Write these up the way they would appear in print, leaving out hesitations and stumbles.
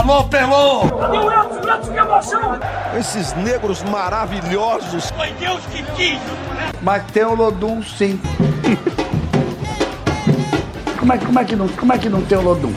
Alô, Pelô! Cadê o Edson? Que emoção! Esses negros maravilhosos. Foi Deus que quis. Mas tem o Lodum, sim. Como é que não tem o Lodum?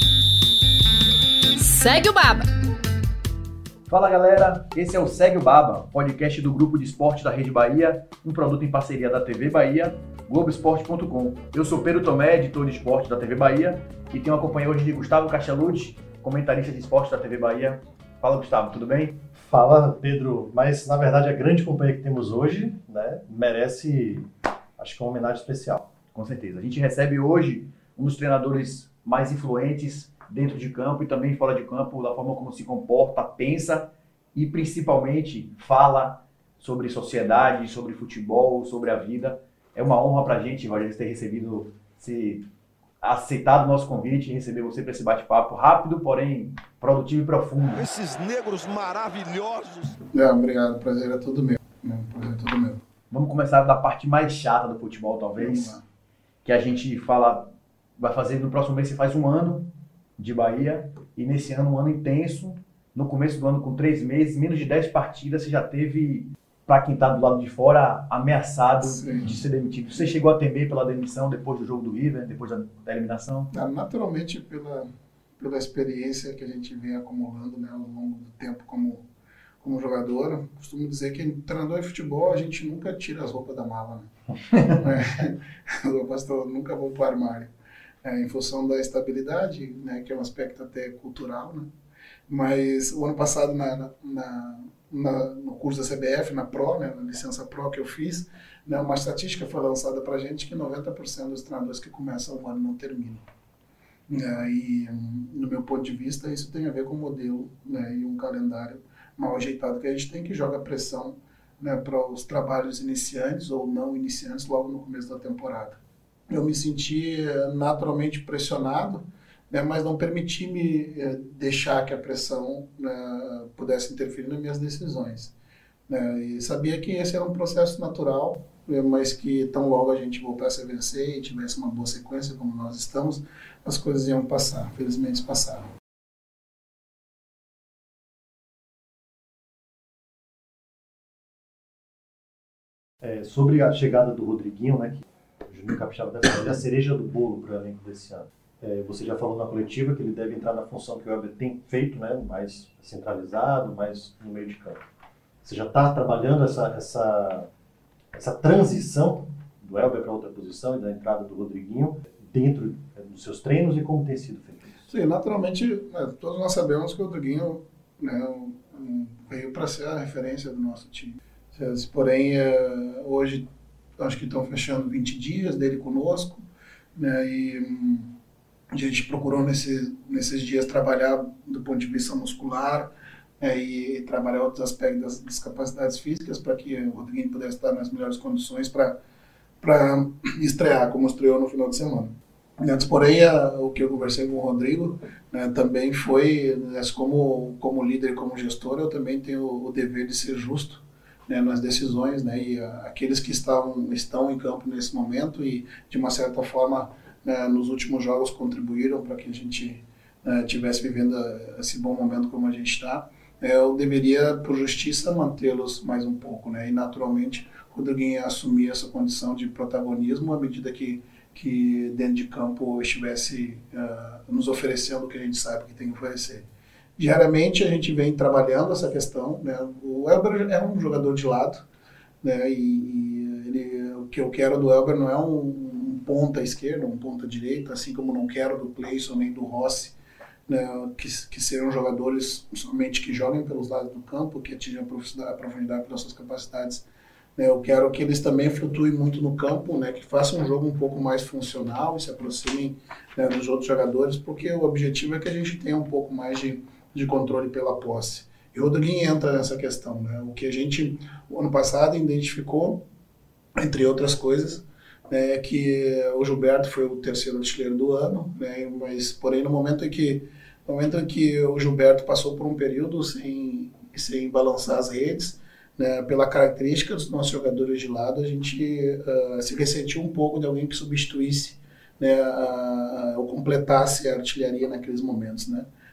Segue o Baba! Fala galera, esse é o Segue o Baba, podcast do grupo de esporte da Rede Bahia, um produto em parceria da TV Bahia, Globoesporte.com. Eu sou Pedro Tomé, editor de esporte da TV Bahia, e tenho acompanhado hoje de Gustavo Castellucci, comentarista de esporte da TV Bahia. Fala Gustavo, tudo bem? Fala Pedro, mas na verdade a grande companhia que temos hoje, né, merece, acho que uma homenagem especial. Com certeza. A gente recebe hoje um dos treinadores mais influentes dentro de campo e também fora de campo, da forma como se comporta, pensa e principalmente fala sobre sociedade, sobre futebol, sobre a vida. É uma honra pra gente, Rogério, ter recebido, aceitado o nosso convite e receber você para esse bate-papo rápido, porém produtivo e profundo. Esses negros maravilhosos. Obrigado, o prazer é todo meu. Vamos começar da parte mais chata do futebol, talvez, que a gente fala, vai fazer no próximo mês, você faz um ano de Bahia, e nesse ano, um ano intenso, no começo do ano, com 3 meses, menos de 10 partidas, você já teve, para quem está do lado de fora, ameaçado de ser demitido. Você chegou a temer pela demissão depois do jogo do River, depois da eliminação? Naturalmente, pela experiência que a gente vem acumulando, né, ao longo do tempo como jogador, eu costumo dizer que treinador de futebol, a gente nunca tira as roupas da mala, né? As roupas nunca vão para o armário. Em função da estabilidade, né, que é um aspecto até cultural, né? Mas o ano passado no curso da CBF, na Pro, né, na licença Pro que eu fiz, né, uma estatística foi lançada para a gente que 90% dos treinadores que começam o ano não terminam. E no meu ponto de vista isso tem a ver com o modelo, né, e um calendário mal ajeitado que a gente tem, que joga pressão, né, para os trabalhos iniciantes ou não iniciantes logo no começo da temporada. Eu me senti naturalmente pressionado, né, mas não permiti me deixar que a pressão, né, pudesse interferir nas minhas decisões. E sabia que esse era um processo natural, mas que tão logo a gente voltasse a vencer e tivesse uma boa sequência como nós estamos, as coisas iam passar. Felizmente passaram. Sobre a chegada do Rodriguinho, né, que o Juninho Capixaba deve fazer a cereja do bolo para o elenco desse ano. Você já falou na coletiva que ele deve entrar na função que o Elber tem feito, né, mais centralizado, mais no meio de campo. Você já está trabalhando essa transição do Elber para outra posição e da entrada do Rodriguinho dentro dos seus treinos, e como tem sido feito isso? Sim, naturalmente, todos nós sabemos que o Rodriguinho, né, veio para ser a referência do nosso time. Porém, hoje acho que estão fechando 20 dias dele conosco, né, e a gente procurou nesses dias trabalhar do ponto de vista muscular, e trabalhar outros aspectos das capacidades físicas para que o Rodriguinho pudesse estar nas melhores condições para estrear, como estreou no final de semana. Antes, porém, o que eu conversei com o Rodrigo, né, também foi, como líder e como gestor, eu também tenho o dever de ser justo, né, nas decisões, né, e aqueles que estão em campo nesse momento e, de uma certa forma, né, nos últimos jogos contribuíram para que a gente estivesse vivendo esse bom momento como a gente está. Eu deveria, por justiça, mantê-los mais um pouco, né, e naturalmente o Rodriguinho ia assumir essa condição de protagonismo à medida que dentro de campo estivesse nos oferecendo o que a gente sabe que tem que oferecer. Diariamente a gente vem trabalhando essa questão, né? O Elber é um jogador de lado, né? E o que eu quero do Elber não é um ponta esquerda, um ponta direita, assim como não quero do Cleison nem do Rossi, né? Que serão jogadores somente que joguem pelos lados do campo, que atinjam a profundidade pelas suas capacidades. Eu quero que eles também flutuem muito no campo, né, que façam um jogo um pouco mais funcional e se aproximem, né, dos outros jogadores, porque o objetivo é que a gente tenha um pouco mais de controle pela posse. E o Rodriguinho entra nessa questão, né, o que a gente, o ano passado, identificou, entre outras coisas, né, que o Gilberto foi o terceiro artilheiro do ano, né, mas, porém, no momento em que o Gilberto passou por um período sem balançar as redes, né, pela característica dos nossos jogadores de lado, a gente se ressentiu um pouco de alguém que substituísse, né, ou completasse a artilharia naqueles momentos, né?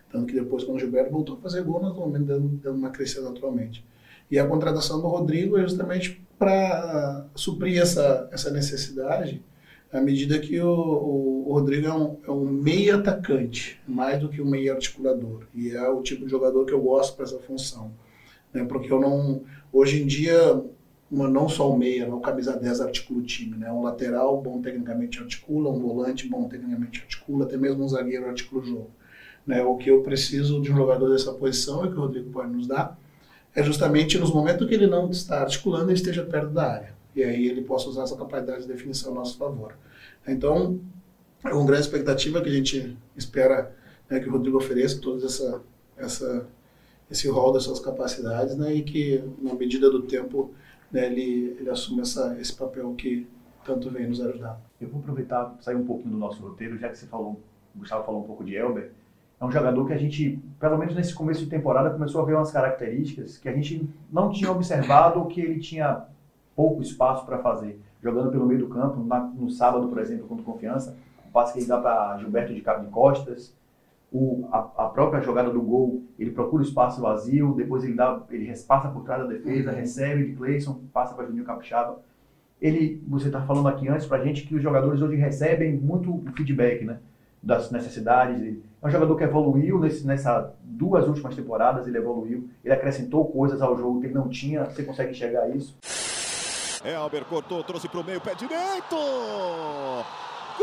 Tanto que depois, quando o Gilberto voltou a fazer gol, nós vamos dando uma crescida naturalmente. E a contratação do Rodrigo é justamente para suprir essa necessidade, à medida que o Rodrigo é um meia atacante, mais do que um meia articulador. E é o tipo de jogador que eu gosto para essa função. Né? Porque eu não... Hoje em dia, não só o meia, o camisa 10 articula o time. Né? Um lateral bom tecnicamente articula, um volante bom tecnicamente articula, até mesmo um zagueiro articula o jogo. Né? O que eu preciso de um jogador dessa posição, e que o Rodrigo pode nos dar, é justamente nos momentos que ele não está articulando, ele esteja perto da área. E aí ele possa usar essa capacidade de definição a nosso favor. Então, é uma grande expectativa que a gente espera, né, que o Rodrigo ofereça todo esse rol das suas capacidades, né, e que, na medida do tempo, né, ele assuma esse papel que tanto vem nos ajudar. Eu vou aproveitar e sair um pouquinho do nosso roteiro, já que o Gustavo falou um pouco de Elber. É um jogador que a gente, pelo menos nesse começo de temporada, começou a ver umas características que a gente não tinha observado, ou que ele tinha pouco espaço para fazer. Jogando pelo meio do campo, no sábado, por exemplo, contra o Confiança, o passe que ele dá para Gilberto de costas, a própria jogada do gol, ele procura o espaço vazio, depois ele passa por trás da defesa, recebe de Cleison, passa para Juninho Capixaba. Você está falando aqui antes para a gente que os jogadores hoje recebem muito o feedback, né, das necessidades. É um jogador que evoluiu nessas 2 últimas temporadas, ele evoluiu, ele acrescentou coisas ao jogo que ele não tinha, você consegue enxergar isso? Elber cortou, trouxe para o meio, pé direito! Gol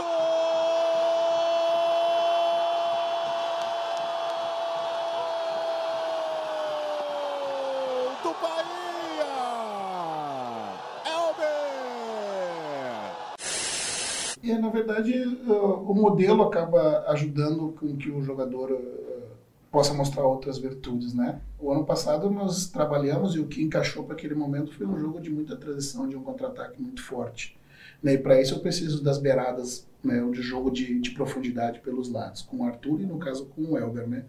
do Bahia! Elber! E, na verdade, o modelo acaba ajudando com que o jogador possa mostrar outras virtudes, né? O ano passado nós trabalhamos e o que encaixou para aquele momento foi um jogo de muita transição, de um contra-ataque muito forte. Né? E para isso eu preciso das beiradas, né, de jogo de profundidade pelos lados, com o Arthur e no caso com o Elber, né?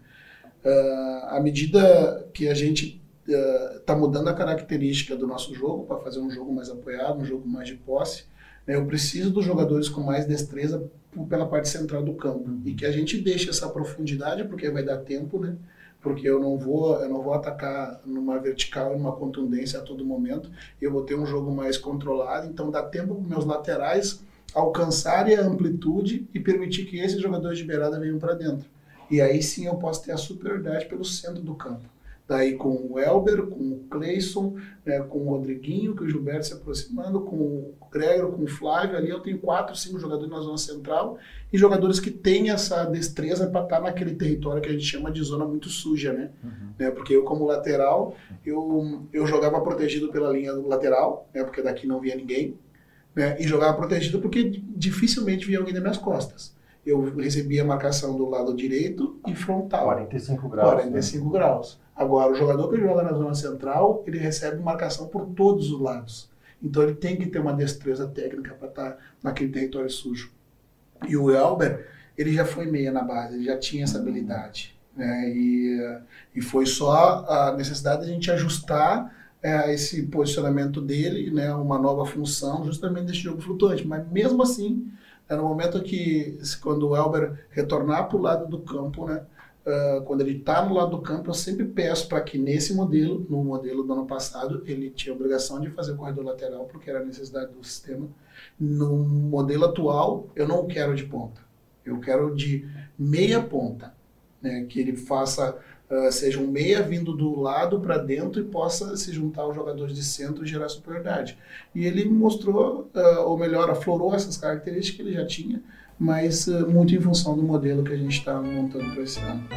À medida que a gente está mudando a característica do nosso jogo para fazer um jogo mais apoiado, um jogo mais de posse, né, eu preciso dos jogadores com mais destreza pela parte central do campo, e que a gente deixe essa profundidade, porque vai dar tempo, né? Porque eu não vou atacar numa vertical e numa contundência a todo momento, eu vou ter um jogo mais controlado, então dá tempo para meus laterais alcançarem a amplitude e permitir que esses jogadores de beirada venham para dentro. E aí sim eu posso ter a superioridade pelo centro do campo. Daí com o Elber, com o Cleison, né, com o Rodriguinho, que o Gilberto se aproximando, com o Gregor, com o Flávio, ali eu tenho 4, 5 jogadores na zona central e jogadores que têm essa destreza para estar naquele território que a gente chama de zona muito suja, né? Né, porque eu como lateral, eu jogava protegido pela linha do lateral, né, porque daqui não via ninguém, né, e jogava protegido porque dificilmente via alguém nas minhas costas. Eu recebia a marcação do lado direito e frontal. 45 graus. 45 graus. Agora, o jogador que joga na zona central, ele recebe marcação por todos os lados. Então, ele tem que ter uma destreza técnica para estar naquele território sujo. E o Elber, ele já foi meia na base, ele já tinha essa habilidade. Né? E foi só a necessidade de a gente ajustar esse posicionamento dele, né? Uma nova função, justamente desse jogo flutuante. Mas, mesmo assim, no momento que, quando o Elber retornar para o lado do campo, né? Quando ele está no lado do campo, eu sempre peço para que no modelo do ano passado, ele tinha a obrigação de fazer o corredor lateral, porque era a necessidade do sistema. No modelo atual, eu não quero de ponta. Eu quero de meia ponta, né? Que ele seja um meia vindo do lado para dentro e possa se juntar aos jogadores de centro e gerar superioridade. E ele mostrou, ou melhor, aflorou essas características que ele já tinha, mas muito em função do modelo que a gente está montando para esse ano.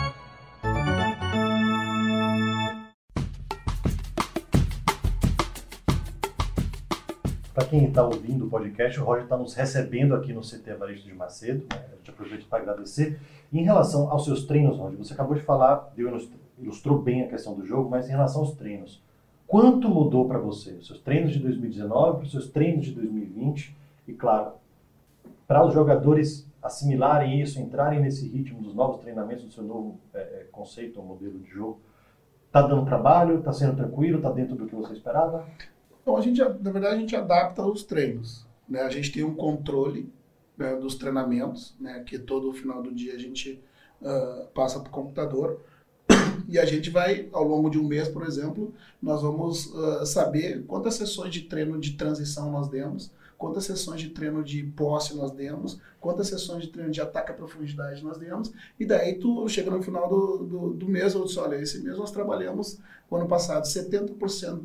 Para quem está ouvindo o podcast, o Roger está nos recebendo aqui no CT Evaristo de Macedo, né? A gente aproveita para agradecer. E em relação aos seus treinos, Roger, você acabou de falar, ilustrou bem a questão do jogo, mas em relação aos treinos, quanto mudou para você? Os seus treinos de 2019 para os seus treinos de 2020? E claro, para os jogadores assimilarem isso, entrarem nesse ritmo dos novos treinamentos, do seu novo conceito ou modelo de jogo, está dando trabalho, está sendo tranquilo, está dentro do que você esperava? Bom, na verdade a gente adapta os treinos, né? A gente tem um controle, né, dos treinamentos, né, que todo final do dia a gente passa para o computador. E a gente vai, ao longo de um mês, por exemplo, nós vamos saber quantas sessões de treino de transição nós demos, quantas sessões de treino de posse nós demos, quantas sessões de treino de ataque à profundidade nós demos, e daí tu chega no final do mês, eu disse, olha, esse mês nós trabalhamos, o ano passado, 70%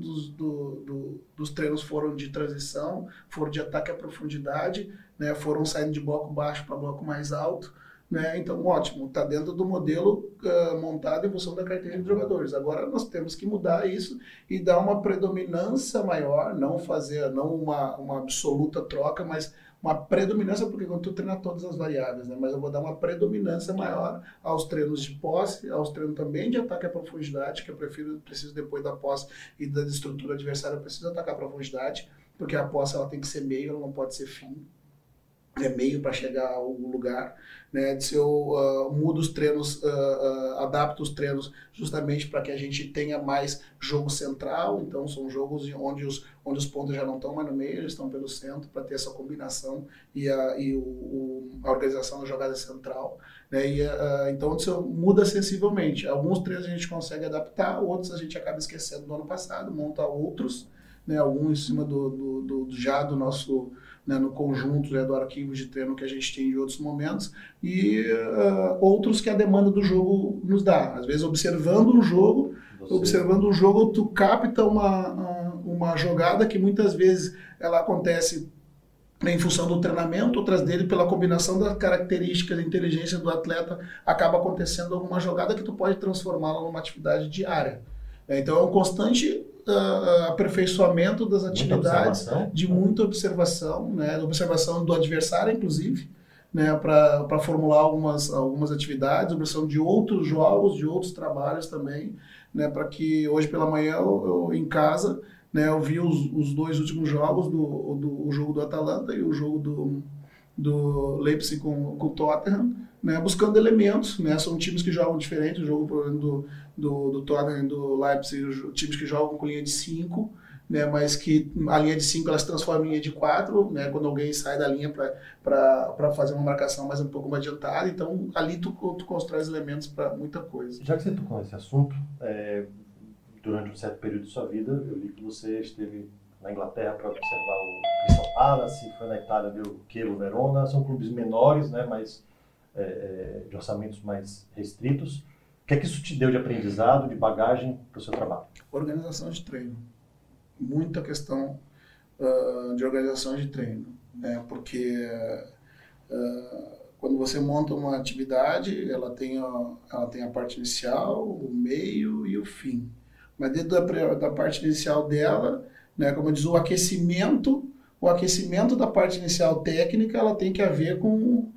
dos treinos foram de transição, foram de ataque à profundidade, né, foram saindo de bloco baixo para bloco mais alto, né? Então, ótimo, está dentro do modelo montado em função da carteira de jogadores. Agora nós temos que mudar isso e dar uma predominância maior, não uma absoluta troca, mas uma predominância, porque quando tu treina todas as variáveis, né? Mas eu vou dar uma predominância maior aos treinos de posse, aos treinos também de ataque à profundidade, que eu preciso depois da posse e da estrutura adversária, eu preciso atacar a profundidade, porque a posse ela tem que ser meio, ela não pode ser fim. É meio para chegar ao lugar, né? Se eu mudo os treinos, adapto os treinos justamente para que a gente tenha mais jogo central, então são jogos onde os pontos já não estão mais no meio, eles estão pelo centro, para ter essa combinação e a organização da jogada central, né? Então isso muda sensivelmente. Alguns treinos a gente consegue adaptar, outros a gente acaba esquecendo do ano passado, monta outros, né? Alguns em cima do nosso, né, no conjunto, né, do arquivo de treino que a gente tem de outros momentos, e outros que a demanda do jogo nos dá. Às vezes, observando um jogo, tu capta uma jogada que muitas vezes ela acontece em função do treinamento, outras dele pela combinação das características da inteligência do atleta, acaba acontecendo alguma jogada que tu pode transformá-la numa atividade diária. Então é um constante aperfeiçoamento das atividades, muita observação, né, observação do adversário, inclusive, né, para formular algumas atividades, observação de outros jogos, de outros trabalhos também, né, para que hoje pela manhã eu em casa, né, eu vi os dois últimos jogos, o jogo do Atalanta e o jogo do Leipzig com o Tottenham, né, buscando elementos, né, são times que jogam diferente, o jogo por exemplo, do Tottenham e do Leipzig, times que jogam com linha de 5, né, mas que a linha de 5 ela se transforma em linha de 4, né, quando alguém sai da linha para fazer uma marcação mais um pouco mais adiantada, então ali tu constrói elementos para muita coisa. Já que você tocou nesse assunto, durante um certo período de sua vida, eu li que você esteve na Inglaterra para observar o Crystal Palace, foi na Itália ver o Chievo Verona, são clubes menores, né, mas de orçamentos mais restritos. O que é que isso te deu de aprendizado, de bagagem para o seu trabalho? Organização de treino. Muita questão de organização de treino, né, porque quando você monta uma atividade, ela tem a parte inicial, o meio e o fim. Mas dentro da parte inicial dela, né, como eu disse, o aquecimento da parte inicial técnica, ela tem a ver com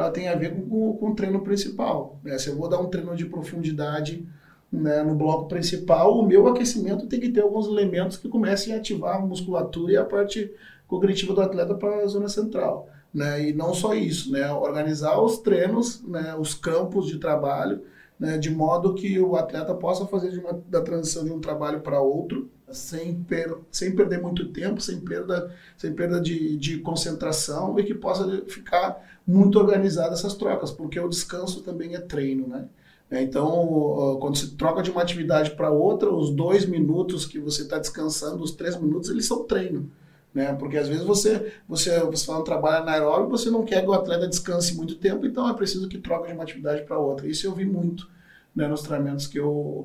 o treino principal, né? Se eu vou dar um treino de profundidade, né, no bloco principal, o meu aquecimento tem que ter alguns elementos que comecem a ativar a musculatura e a parte cognitiva do atleta para a zona central, né? E não só isso, né, organizar os treinos, né, os campos de trabalho, né, de modo que o atleta possa fazer da transição de um trabalho para outro, sem perder muito tempo, sem perda de concentração, e que possa ficar muito organizada essas trocas, porque o descanso também é treino, né? Então, quando se troca de uma atividade para outra, os 2 minutos que você está descansando, os 3 minutos, eles são treino, né? Porque às vezes você fala um trabalho anaeróbio, você não quer que o atleta descanse muito tempo, então é preciso que troque de uma atividade para outra. Isso eu vi muito, né, nos treinamentos que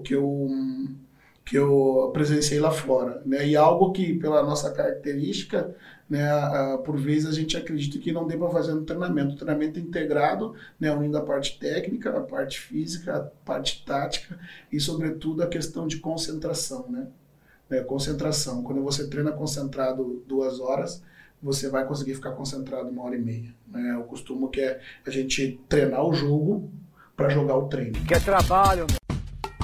eu presenciei lá fora, né? E algo que, pela nossa característica, né, por vezes a gente acredita que não dê para fazer no treinamento. O treinamento integrado, né, unindo a parte técnica, a parte física, a parte tática e, sobretudo, a questão de concentração, né? Concentração. Quando você treina concentrado 2 horas, você vai conseguir ficar concentrado 1h30. Né? Eu costumo que é a gente treinar o jogo para jogar o treino. Que é trabalho, meu.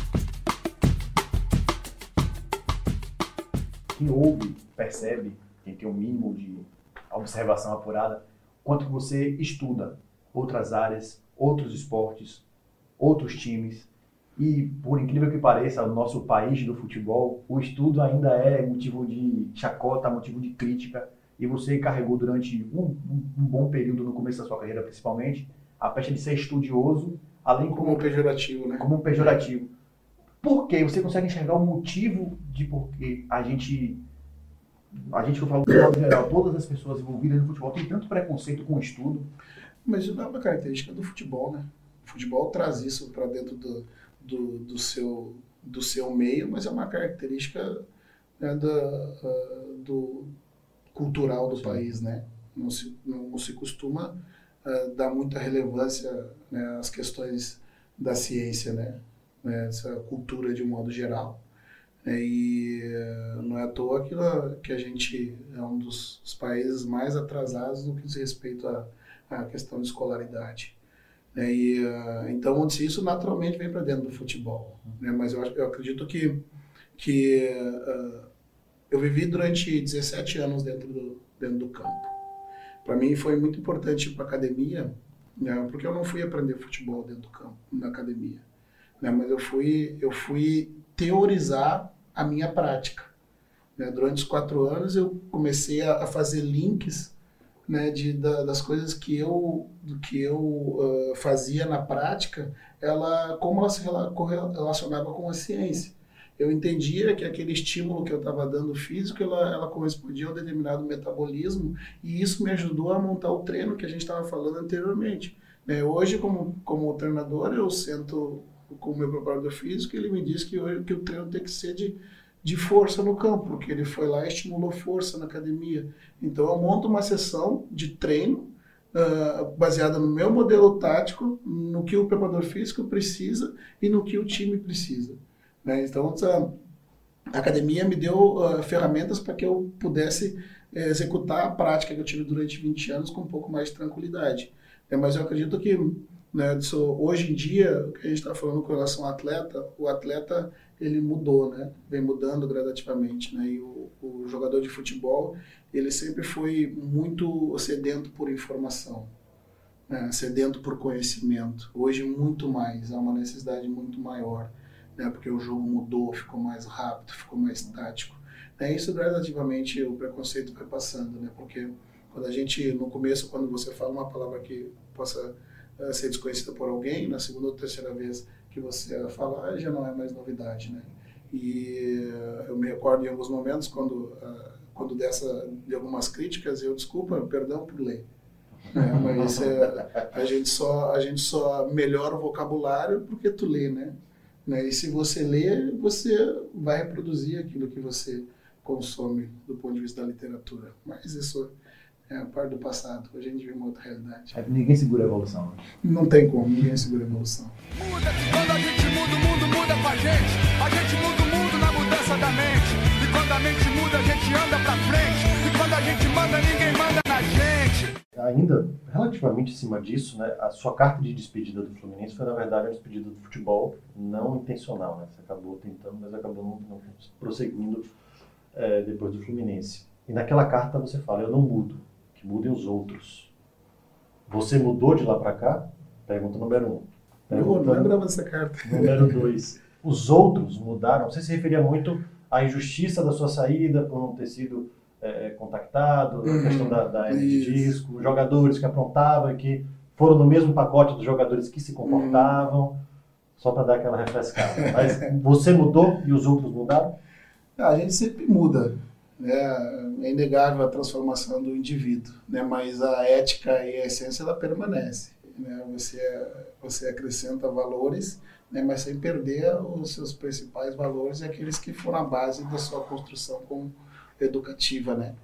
Quem ouve, percebe, quem tem um mínimo de observação apurada, quanto você estuda outras áreas, outros esportes, outros times. E, por incrível que pareça, o nosso país do futebol, o estudo ainda é motivo de chacota, motivo de crítica. E você carregou durante um bom período, no começo da sua carreira principalmente, a pecha de ser estudioso, além como um pejorativo, né? Como um pejorativo. Por quê? Você consegue enxergar o motivo de por que a gente que eu falo de modo geral, todas as pessoas envolvidas no futebol têm tanto preconceito com o estudo? Mas isso não é uma característica do futebol, né? O futebol traz isso para dentro do seu meio, mas é uma característica, né, do cultural do país, né? Não se costuma dar muita relevância, né, às questões da ciência, né? Essa cultura de um modo geral. E não é à toa que a gente é um dos países mais atrasados no que diz respeito à questão de escolaridade. Então, isso naturalmente vem para dentro do futebol. Né? Mas eu acredito que eu vivi durante 17 anos dentro do campo. Para mim foi muito importante ir para a academia, né? Porque eu não fui aprender futebol dentro do campo, na academia. Né? Mas eu fui teorizar a minha prática. Né? Durante os 4 anos eu comecei a fazer links, né, das coisas que eu fazia na prática, como ela se relacionava com a ciência. Eu entendia que aquele estímulo que eu estava dando físico, ela correspondia a um determinado metabolismo, e isso me ajudou a montar o treino que a gente estava falando anteriormente. Né? Hoje, como treinador, eu sento com o meu preparador físico, ele me diz que o treino tem que ser de força no campo, porque ele foi lá e estimulou força na academia. Então eu monto uma sessão de treino baseada no meu modelo tático, no que o preparador físico precisa e no que o time precisa. Né? Então a academia me deu ferramentas para que eu pudesse executar a prática que eu tive durante 20 anos com um pouco mais de tranquilidade. Mas eu acredito que, né, hoje em dia, o que a gente está falando com relação ao atleta, o atleta ele mudou, né? Vem mudando gradativamente, né? E o jogador de futebol, ele sempre foi muito sedento por informação, né? Sedento por conhecimento. Hoje muito mais, há uma necessidade muito maior, né? Porque o jogo mudou, ficou mais rápido, ficou mais tático. Isso gradativamente o preconceito vai passando, né? Porque quando a gente, no começo, quando você fala uma palavra que possa ser desconhecida por alguém, na segunda ou terceira vez que você fala, já não é mais novidade, né? E eu me recordo em alguns momentos, quando de algumas críticas, perdão por ler. Mas a gente só melhora o vocabulário porque tu lê, né? E se você lê, você vai reproduzir aquilo que você consome do ponto de vista da literatura. Mas isso é a parte do passado. Hoje a gente vive uma outra realidade. Ninguém segura a evolução. Né? Não tem como, ninguém segura a evolução. Muda, quando a gente muda, o mundo muda com a gente. A gente muda o mundo na mudança da mente. E quando a mente muda, a gente anda pra frente. E quando a gente manda, ninguém manda na gente. Ainda, relativamente acima disso, né, a sua carta de despedida do Fluminense foi, na verdade, uma despedida do futebol não intencional. Né? Você acabou tentando, mas acabou não prosseguindo depois do Fluminense. E naquela carta você fala, eu não mudo. Que mudem os outros. Você mudou de lá para cá? Pergunta número 1. Eu não lembrava dessa carta. Número 2. Os outros mudaram? Você se referia muito à injustiça da sua saída por não ter sido contactado, a questão da hernia de disco, jogadores que aprontavam e que foram no mesmo pacote dos jogadores que se comportavam, só para dar aquela refrescada. Mas você mudou e os outros mudaram? A gente sempre muda. É inegável a transformação do indivíduo, né? Mas a ética e a essência ela permanece, né? Você acrescenta valores, né? Mas sem perder os seus principais valores, aqueles que foram a base da sua construção educativa, né?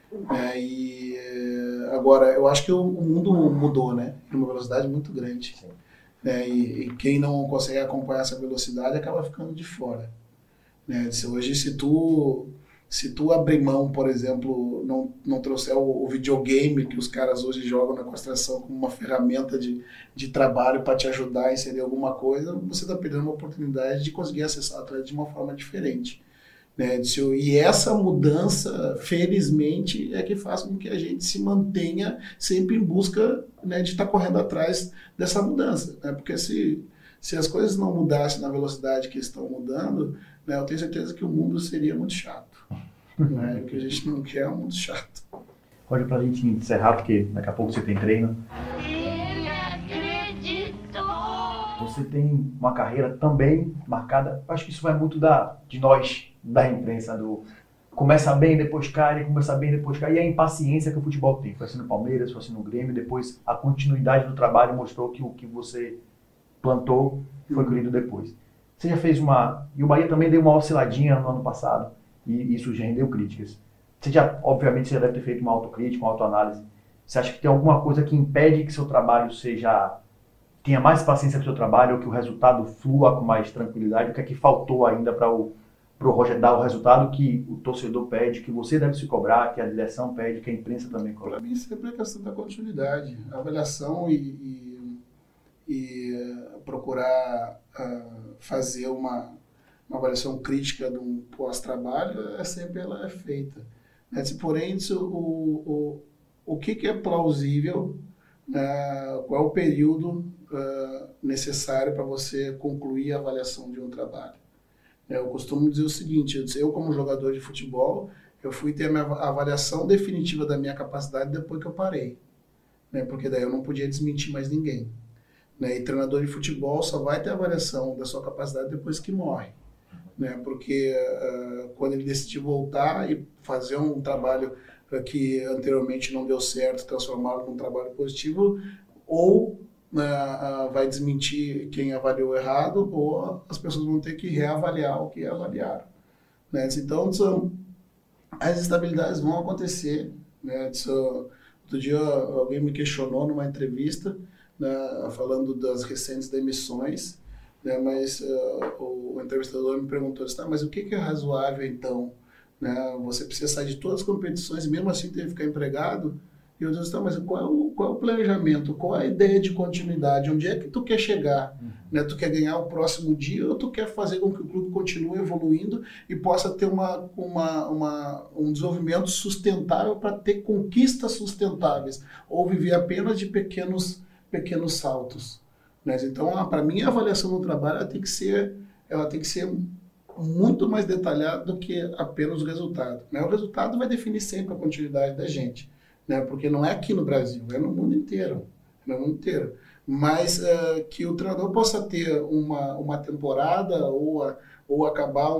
E agora eu acho que o mundo mudou, né? Em uma velocidade muito grande, né? E quem não consegue acompanhar essa velocidade acaba ficando de fora, né? Hoje se tu abrir mão, por exemplo, não trouxer o videogame que os caras hoje jogam na concentração como uma ferramenta de trabalho para te ajudar a inserir alguma coisa, você está perdendo uma oportunidade de conseguir acessar o atleta de uma forma diferente. Né? E essa mudança, felizmente, é que faz com que a gente se mantenha sempre em busca, né, de estar correndo atrás dessa mudança. Né? Porque se as coisas não mudassem na velocidade que estão mudando, né, eu tenho certeza que o mundo seria muito chato. Né? O que a gente não quer é um mundo chato. Roger, para a gente encerrar, porque daqui a pouco você tem treino. Ele acreditou! você tem uma carreira também marcada, acho que isso vai muito de nós, da imprensa, começa bem, depois cai, começa bem, depois cai, e a impaciência que o futebol tem. Foi assim no Palmeiras, foi assim no Grêmio, depois a continuidade do trabalho mostrou que o que você plantou foi colhido depois. Você já fez e o Bahia também deu uma osciladinha no ano passado, e isso já rendeu críticas. Obviamente, você já deve ter feito uma autocrítica, uma autoanálise. Você acha que tem alguma coisa que impede que seu trabalho tenha mais paciência com o seu trabalho, ou que o resultado flua com mais tranquilidade? O que é que faltou ainda para o Roger dar o resultado que o torcedor pede, que você deve se cobrar, que a direção pede, que a imprensa também cobra? Para mim, sempre é questão da continuidade, a avaliação e procurar fazer uma avaliação crítica de um pós-trabalho, ela é feita. Porém, o que é plausível, qual é o período necessário para você concluir a avaliação de um trabalho. Eu costumo dizer o seguinte, eu como jogador de futebol, eu fui ter a minha avaliação definitiva da minha capacidade depois que eu parei, porque daí eu não podia desmentir mais ninguém. E treinador de futebol só vai ter avaliação da sua capacidade depois que morre. Porque quando ele decidiu voltar e fazer um trabalho que anteriormente não deu certo, transformá-lo num trabalho positivo, ou vai desmentir quem avaliou errado, ou as pessoas vão ter que reavaliar o que avaliaram. Então, as instabilidades vão acontecer. Outro dia alguém me questionou numa entrevista, falando das recentes demissões, mas o entrevistador me perguntou, mas o que é razoável então? Você precisa sair de todas as competições e mesmo assim ter que ficar empregado? E eu disse, mas qual é o planejamento? Qual é a ideia de continuidade? Onde é que tu quer chegar? Tu quer ganhar o próximo dia ou tu quer fazer com que o clube continue evoluindo e possa ter um desenvolvimento sustentável para ter conquistas sustentáveis? Ou viver apenas de pequenos saltos? Então, para mim, a avaliação do trabalho ela tem que ser muito mais detalhada do que apenas o resultado. O resultado vai definir sempre a continuidade da gente, porque não é aqui no Brasil, é no mundo inteiro. Mas que o treinador possa ter uma temporada ou acabar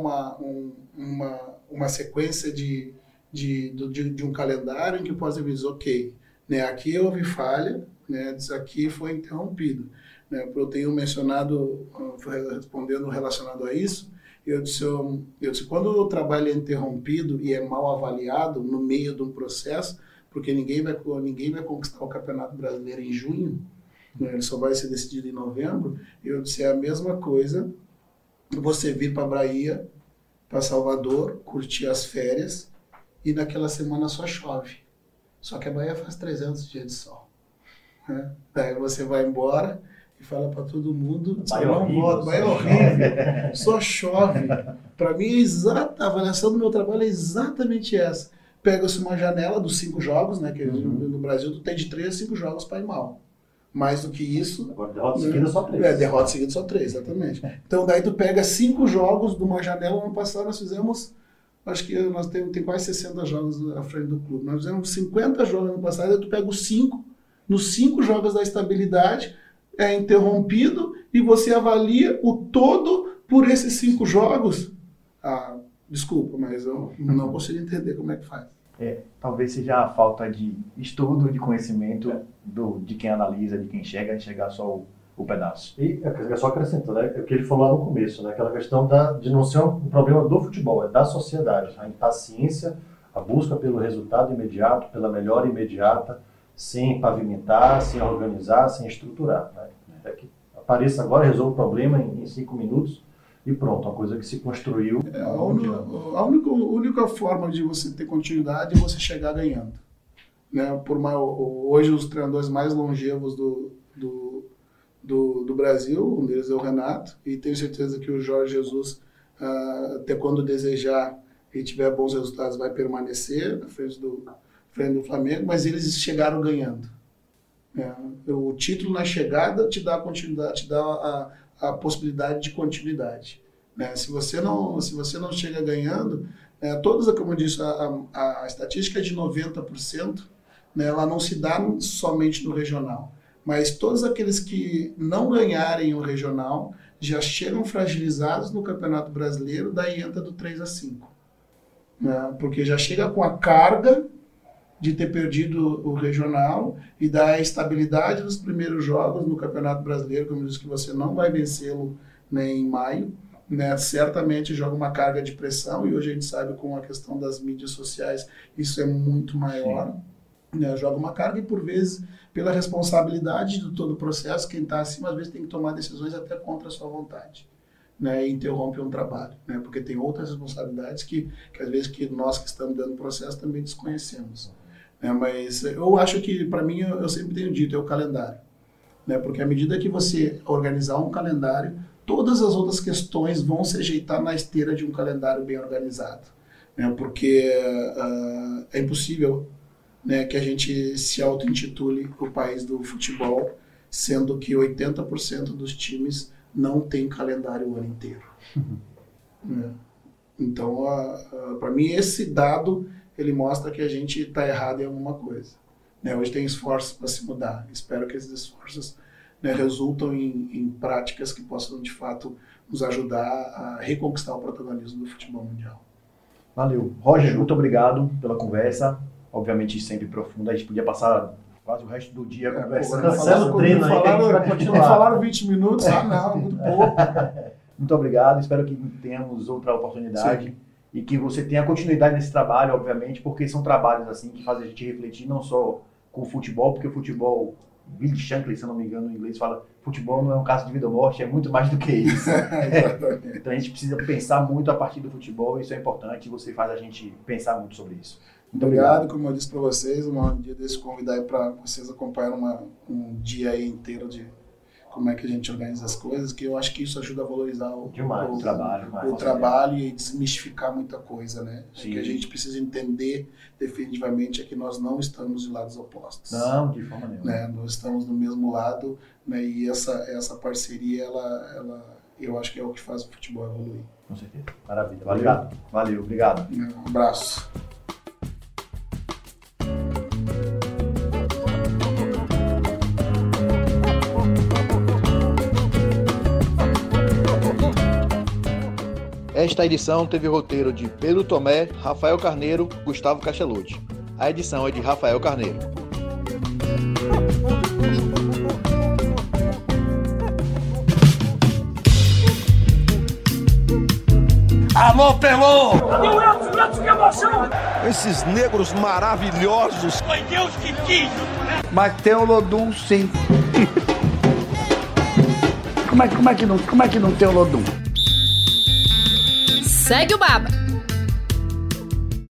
uma sequência de um calendário em que possa dizer, ok, aqui houve falha, aqui foi interrompido. Eu tenho mencionado, respondendo relacionado a isso, eu disse, quando o trabalho é interrompido e é mal avaliado no meio de um processo, porque ninguém vai conquistar o Campeonato Brasileiro em junho, ele só vai ser decidido em novembro, eu disse, é a mesma coisa você vir para Bahia, para Salvador, curtir as férias, e naquela semana só chove. Só que a Bahia faz 300 dias de sol. Daí você vai embora e fala para todo mundo, Bahia é horrível, só chove. Para mim, a avaliação do meu trabalho é exatamente essa. Pega-se uma janela dos 5 jogos, que no Brasil tu tem de 3 a 5 jogos para ir mal. Mais do que isso... Agora, derrota seguida só 3. Derrota seguida só 3, exatamente. Então, daí tu pega 5 jogos de uma janela. Ano passado nós fizemos... Acho que nós tem quase 60 jogos à frente do clube. Nós fizemos 50 jogos no ano passado, aí tu pega os 5, nos 5 jogos da estabilidade, é interrompido, e você avalia o todo por esses 5 jogos. Desculpa, mas eu não consigo entender como é que faz. Talvez seja a falta de estudo, de conhecimento de quem analisa, de quem enxergar só o pedaço. E é só acrescentando, o que ele falou lá no começo, aquela questão de não ser um problema do futebol, é da sociedade. A impaciência, a busca pelo resultado imediato, pela melhora imediata, sem pavimentar, sem organizar, sem estruturar. É que apareça agora, resolva o problema em 5 minutos e pronto, uma coisa que se construiu. A única forma de você ter continuidade é você chegar ganhando. Hoje os treinadores mais longevos do Brasil, um deles é o Renato, e tenho certeza que o Jorge Jesus, até quando desejar e tiver bons resultados, vai permanecer na frente do Flamengo, mas eles chegaram ganhando. O título na chegada te dá continuidade, te dá a possibilidade de continuidade. Se você não chega ganhando, como eu disse, a estatística é de 90%, ela não se dá somente no regional. Mas todos aqueles que não ganharem o regional já chegam fragilizados no Campeonato Brasileiro, daí entra do 3-5. Né? Porque já chega com a carga de ter perdido o regional e da estabilidade dos primeiros jogos no Campeonato Brasileiro, como eu disse que você não vai vencê-lo, né, em maio, né? Certamente joga uma carga de pressão, e hoje a gente sabe com a questão das mídias sociais isso é muito maior. Né? Joga uma carga e por vezes, pela responsabilidade de todo o processo, quem está acima às vezes tem que tomar decisões até contra a sua vontade, né? E interrompe um trabalho, né? Porque tem outras responsabilidades que às vezes que nós que estamos dando o processo também desconhecemos, né? Mas eu acho que, para mim, eu sempre tenho dito, é o calendário, né? Porque à medida que você organizar um calendário, todas as outras questões vão se ajeitar na esteira de um calendário bem organizado, né? Porque é impossível, né, que a gente se auto-intitule o país do futebol, sendo que 80% dos times não tem calendário o ano inteiro. Né? Então, para mim, esse dado ele mostra que a gente está errado em alguma coisa. Né? Hoje tem esforços para se mudar. Espero que esses esforços, né, resultam em práticas que possam, de fato, nos ajudar a reconquistar o protagonismo do futebol mundial. Valeu. Roger, muito obrigado pela conversa. Obviamente sempre profunda, a gente podia passar quase o resto do dia conversando. Falaram 20 minutos, não, muito pouco. Muito obrigado, espero que tenhamos outra oportunidade. Sim. E que você tenha continuidade nesse trabalho, obviamente, porque são trabalhos assim que fazem a gente refletir não só com o futebol, porque o futebol, Bill Shankly, se eu não me engano, em inglês, fala futebol não é um caso de vida ou morte, é muito mais do que isso. Então a gente precisa pensar muito a partir do futebol, isso é importante, e você faz a gente pensar muito sobre isso. Muito obrigado, como eu disse para vocês, um dia desse convidar para vocês acompanharem um dia aí inteiro de como é que a gente organiza as coisas, que eu acho que isso ajuda a valorizar o trabalho e desmistificar muita coisa, né? O que a gente precisa entender definitivamente é que nós não estamos de lados opostos. Não, de forma nenhuma. Né? Nós estamos do mesmo lado, né? E essa parceria, ela, eu acho que é o que faz o futebol evoluir. Com certeza. Maravilha. Valeu, obrigado. Um abraço. Esta edição teve roteiro de Pedro Tomé, Rafael Carneiro, Gustavo Castellucci. A edição é de Rafael Carneiro. Alô, Pelô! Que emoção! Esses negros maravilhosos. Foi Deus que quis! Mas tem o Lodum, sim. Como é que não tem o Lodum? Segue o Baba!